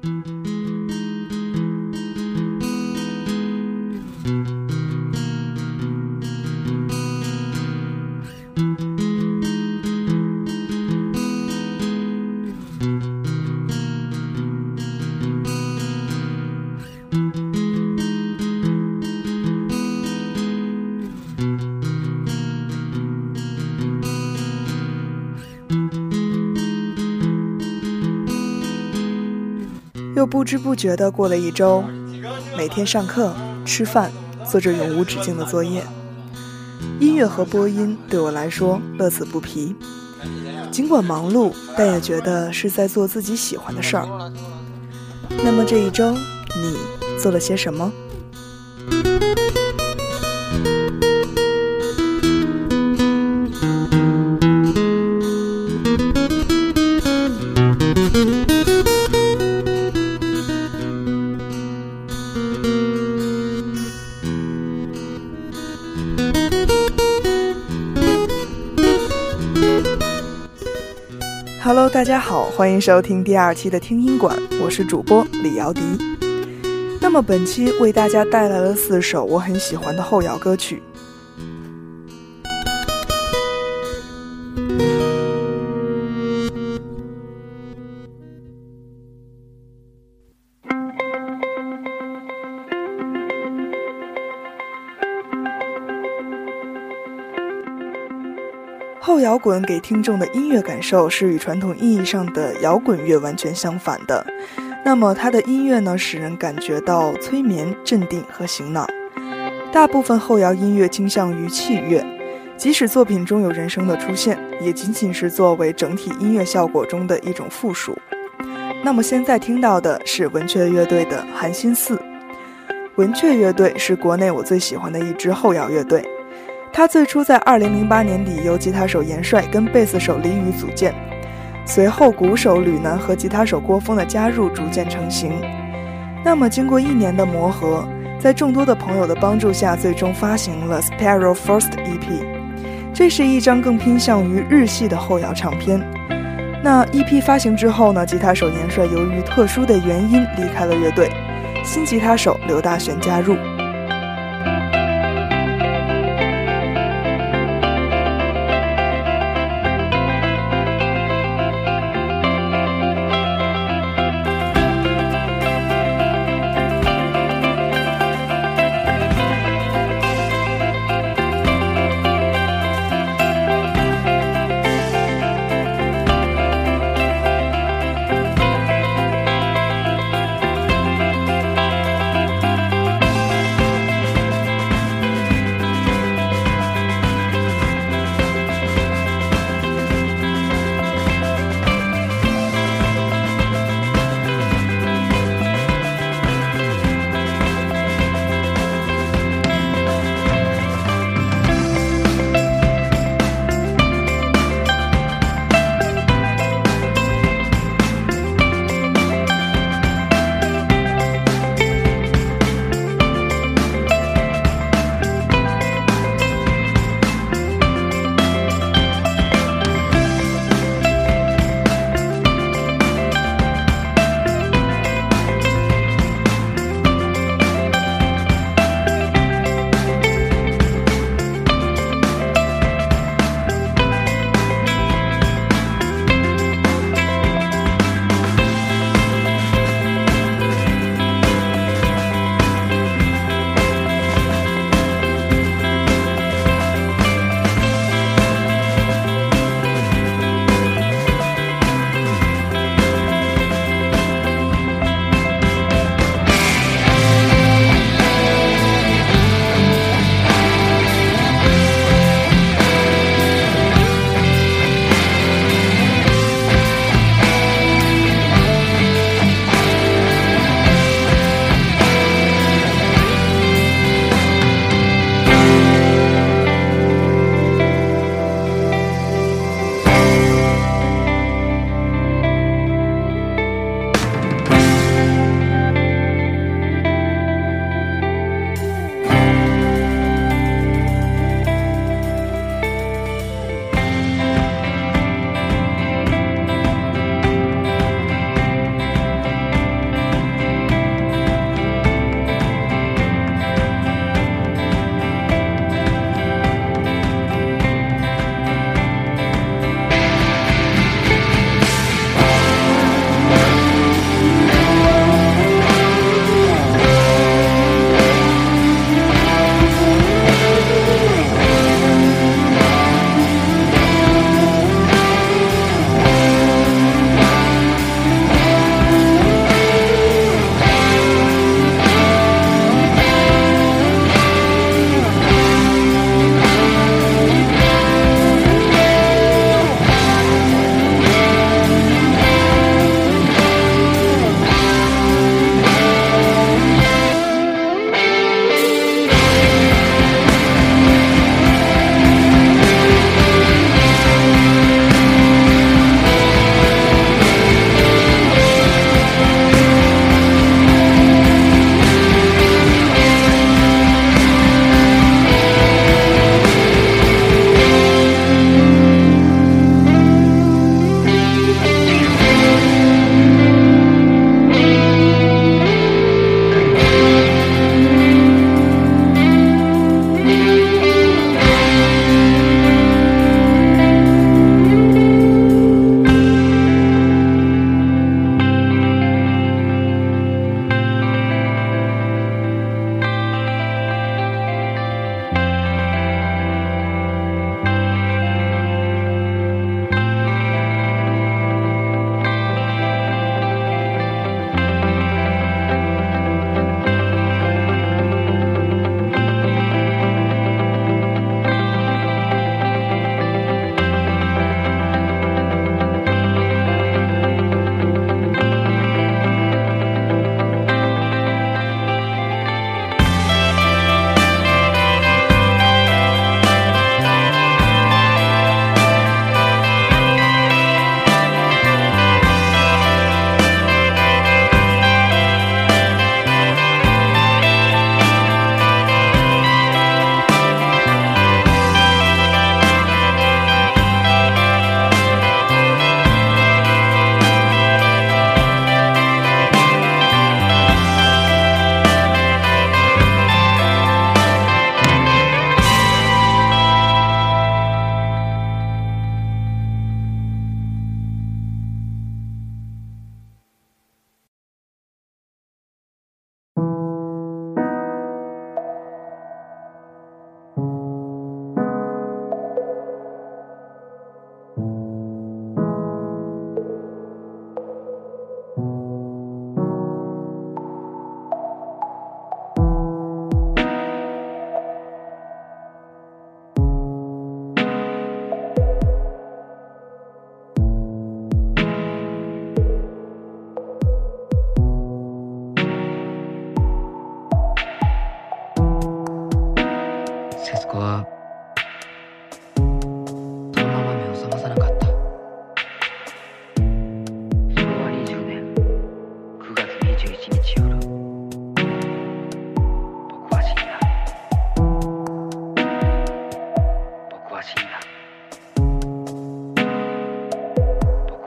又不知不觉地过了一周，每天上课、吃饭，做着永无止境的作业。音乐和播音对我来说乐此不疲，尽管忙碌，但也觉得是在做自己喜欢的事儿。那么这一周，你做了些什么？Hello， 大家好，欢迎收听第2期的听音馆，我是主播李瑶迪。那么本期为大家带来了4首我很喜欢的后摇歌曲。后摇滚给听众的音乐感受是与传统意义上的摇滚乐完全相反的。那么它的音乐呢，使人感觉到催眠、镇定和醒脑。大部分后摇音乐倾向于器乐，即使作品中有人声的出现，也仅仅是作为整体音乐效果中的一种附属。那么现在听到的是文雀乐队的《寒心寺》。文雀乐队是国内我最喜欢的一支后摇乐队。他最初在2008年底由吉他手严帅跟贝斯手李宇组建，随后鼓手吕楠和吉他手郭峰的加入逐渐成型。那么经过1年的磨合，在众多的朋友的帮助下，最终发行了 Spiral First EP。 这是一张更偏向于日系的后摇唱片。那 EP 发行之后呢，吉他手严帅由于特殊的原因离开了乐队，新吉他手刘大璇加入。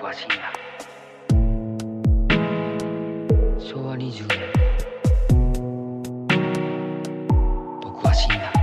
は死んだ。昭和20年僕は死んだ。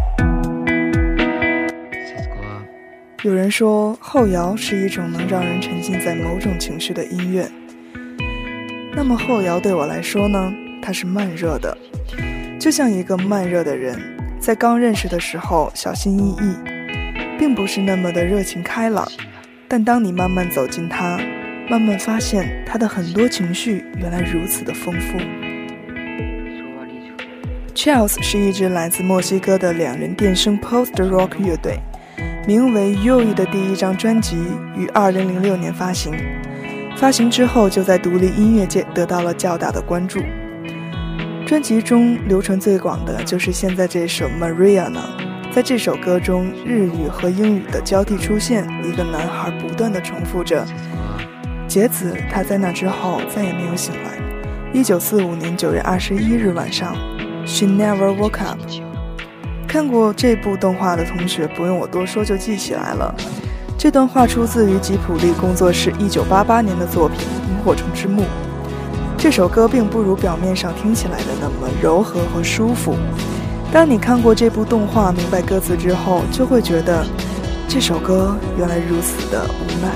有人说后摇是一种能让人沉浸在某种情绪的音乐，那么后摇对我来说呢，它是慢热的，就像一个慢热的人，在刚认识的时候小心翼翼，并不是那么的热情开朗，但当你慢慢走近它，慢慢发现它的很多情绪原来如此的丰富。Chels 是一支来自墨西哥的2人电声 post-rock 乐队，名为 Yui 的第一张专辑于2006年发行，发行之后就在独立音乐界得到了较大的关注。专辑中流传最广的就是现在这首 Mariana， 在这首歌中日语和英语的交替出现，一个男孩不断地重复着节子，他在那之后再也没有醒来。1945年9月21日晚上 She never woke up。 看过这部动画的同学不用我多说就记起来了，这段话出自于吉卜力工作室1988年的作品《萤火虫之墓》。这首歌并不如表面上听起来的那么柔和和舒服，当你看过这部动画明白歌词之后，就会觉得这首歌原来如此的无奈。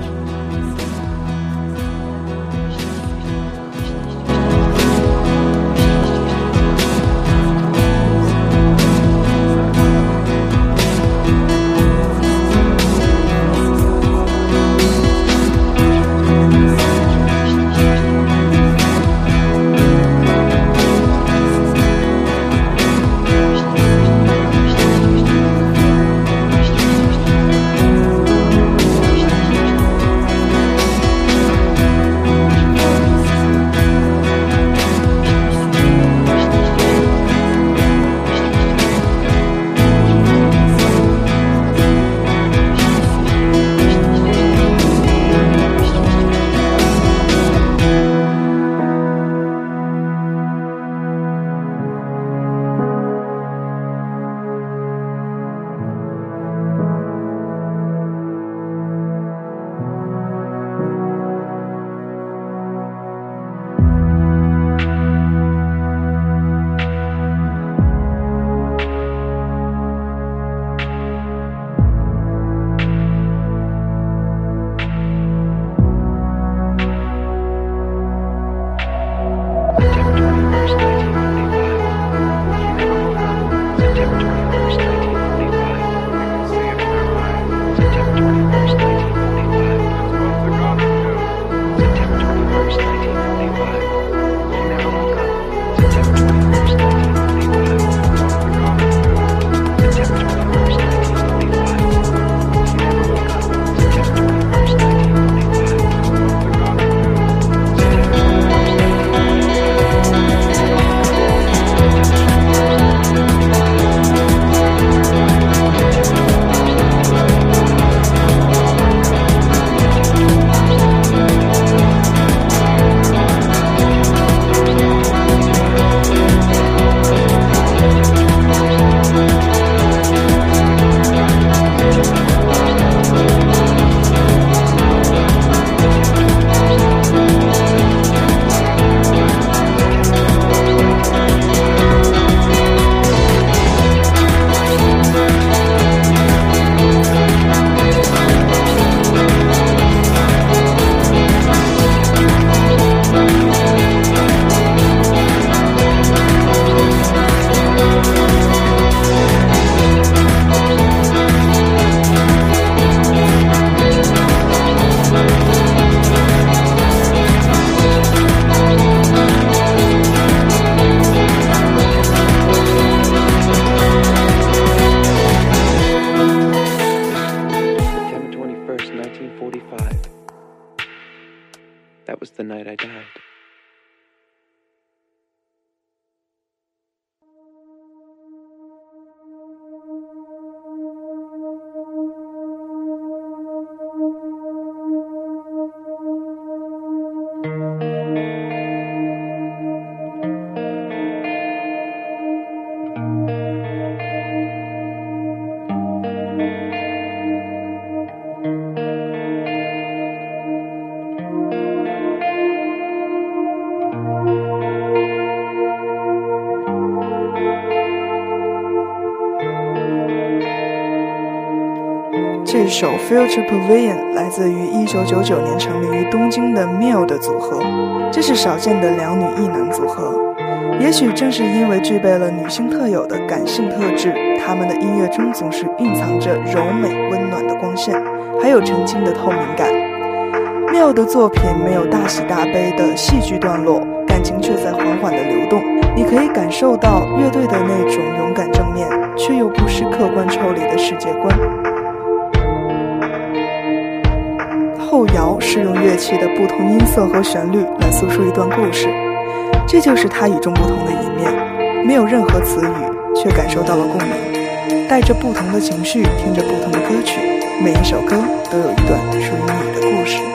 That was the night I died. 首 Future Pavilion 来自于1999年成立于东京的 Mill 的组合，这是少见的两女一男组合。也许正是因为具备了女性特有的感性特质，他们的音乐中总是蕴藏着柔美温暖的光线，还有澄清的透明感。Mill 的作品没有大喜大悲的戏剧段落，感情却在缓缓的流动，你可以感受到乐队的那种勇敢正面却又不失客观抽离的世界观。后摇是用乐器的不同音色和旋律来诉说一段故事，这就是它与众不同的一面，没有任何词语，却感受到了共鸣，带着不同的情绪，听着不同的歌曲，每一首歌都有一段属于你的故事。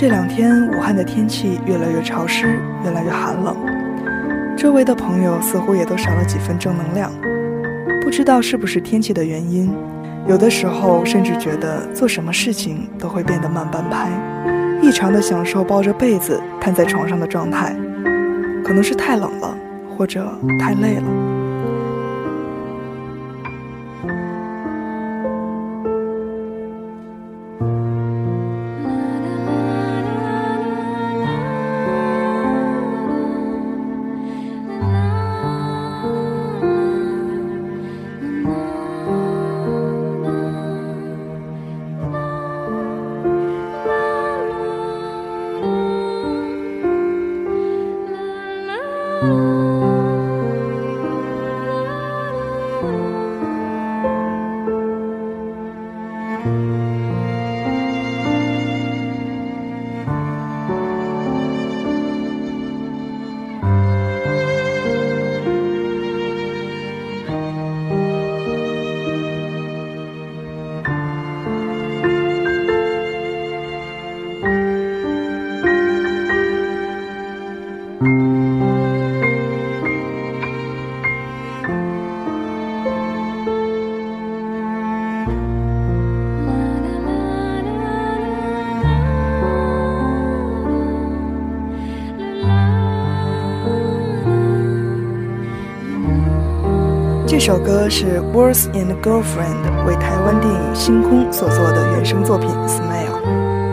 这2天武汉的天气越来越潮湿，越来越寒冷，周围的朋友似乎也都少了几分正能量。不知道是不是天气的原因，有的时候甚至觉得做什么事情都会变得慢半拍，异常的享受抱着被子瘫在床上的状态。可能是太冷了，或者太累了。这首歌是 Worse and Girlfriend 为台湾电影《星空》所做的原声作品 Smile。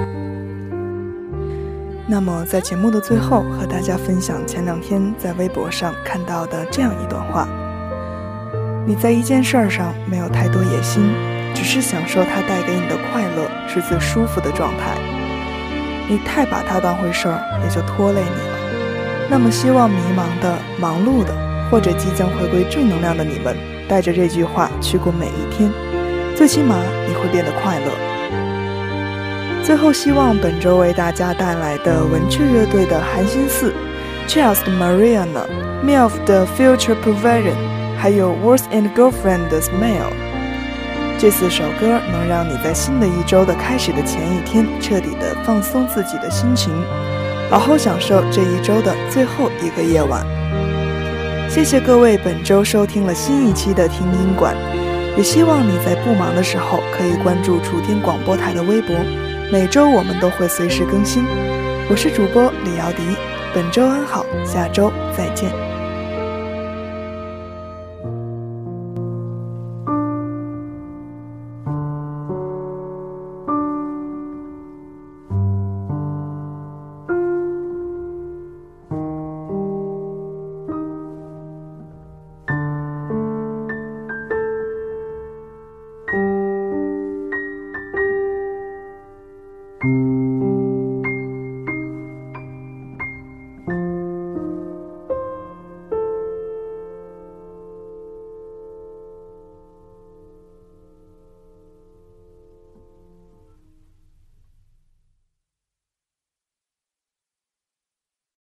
那么在节目的最后，和大家分享前2天在微博上看到的这样一段话：你在一件事上没有太多野心，只是享受它带给你的快乐是最舒服的状态。你太把它当回事儿，也就拖累你了。那么希望迷茫的、忙碌的或者即将回归正能量的你们，带着这句话去过每一天，最起码你会变得快乐。最后希望本周为大家带来的文雀乐队的韩星4、Just Mariana、Milf 的 Future Pavilion， 还有 Worse and Girlfriend 的 Smile， 这4首歌能让你在新的一周的开始的前一天彻底的放松自己的心情，好好享受这一周的最后一个夜晚。谢谢各位本周收听了新一期的听音馆，也希望你在不忙的时候可以关注楚天广播台的微博，每周我们都会随时更新。我是主播李瑶迪，本周安好，下周再见。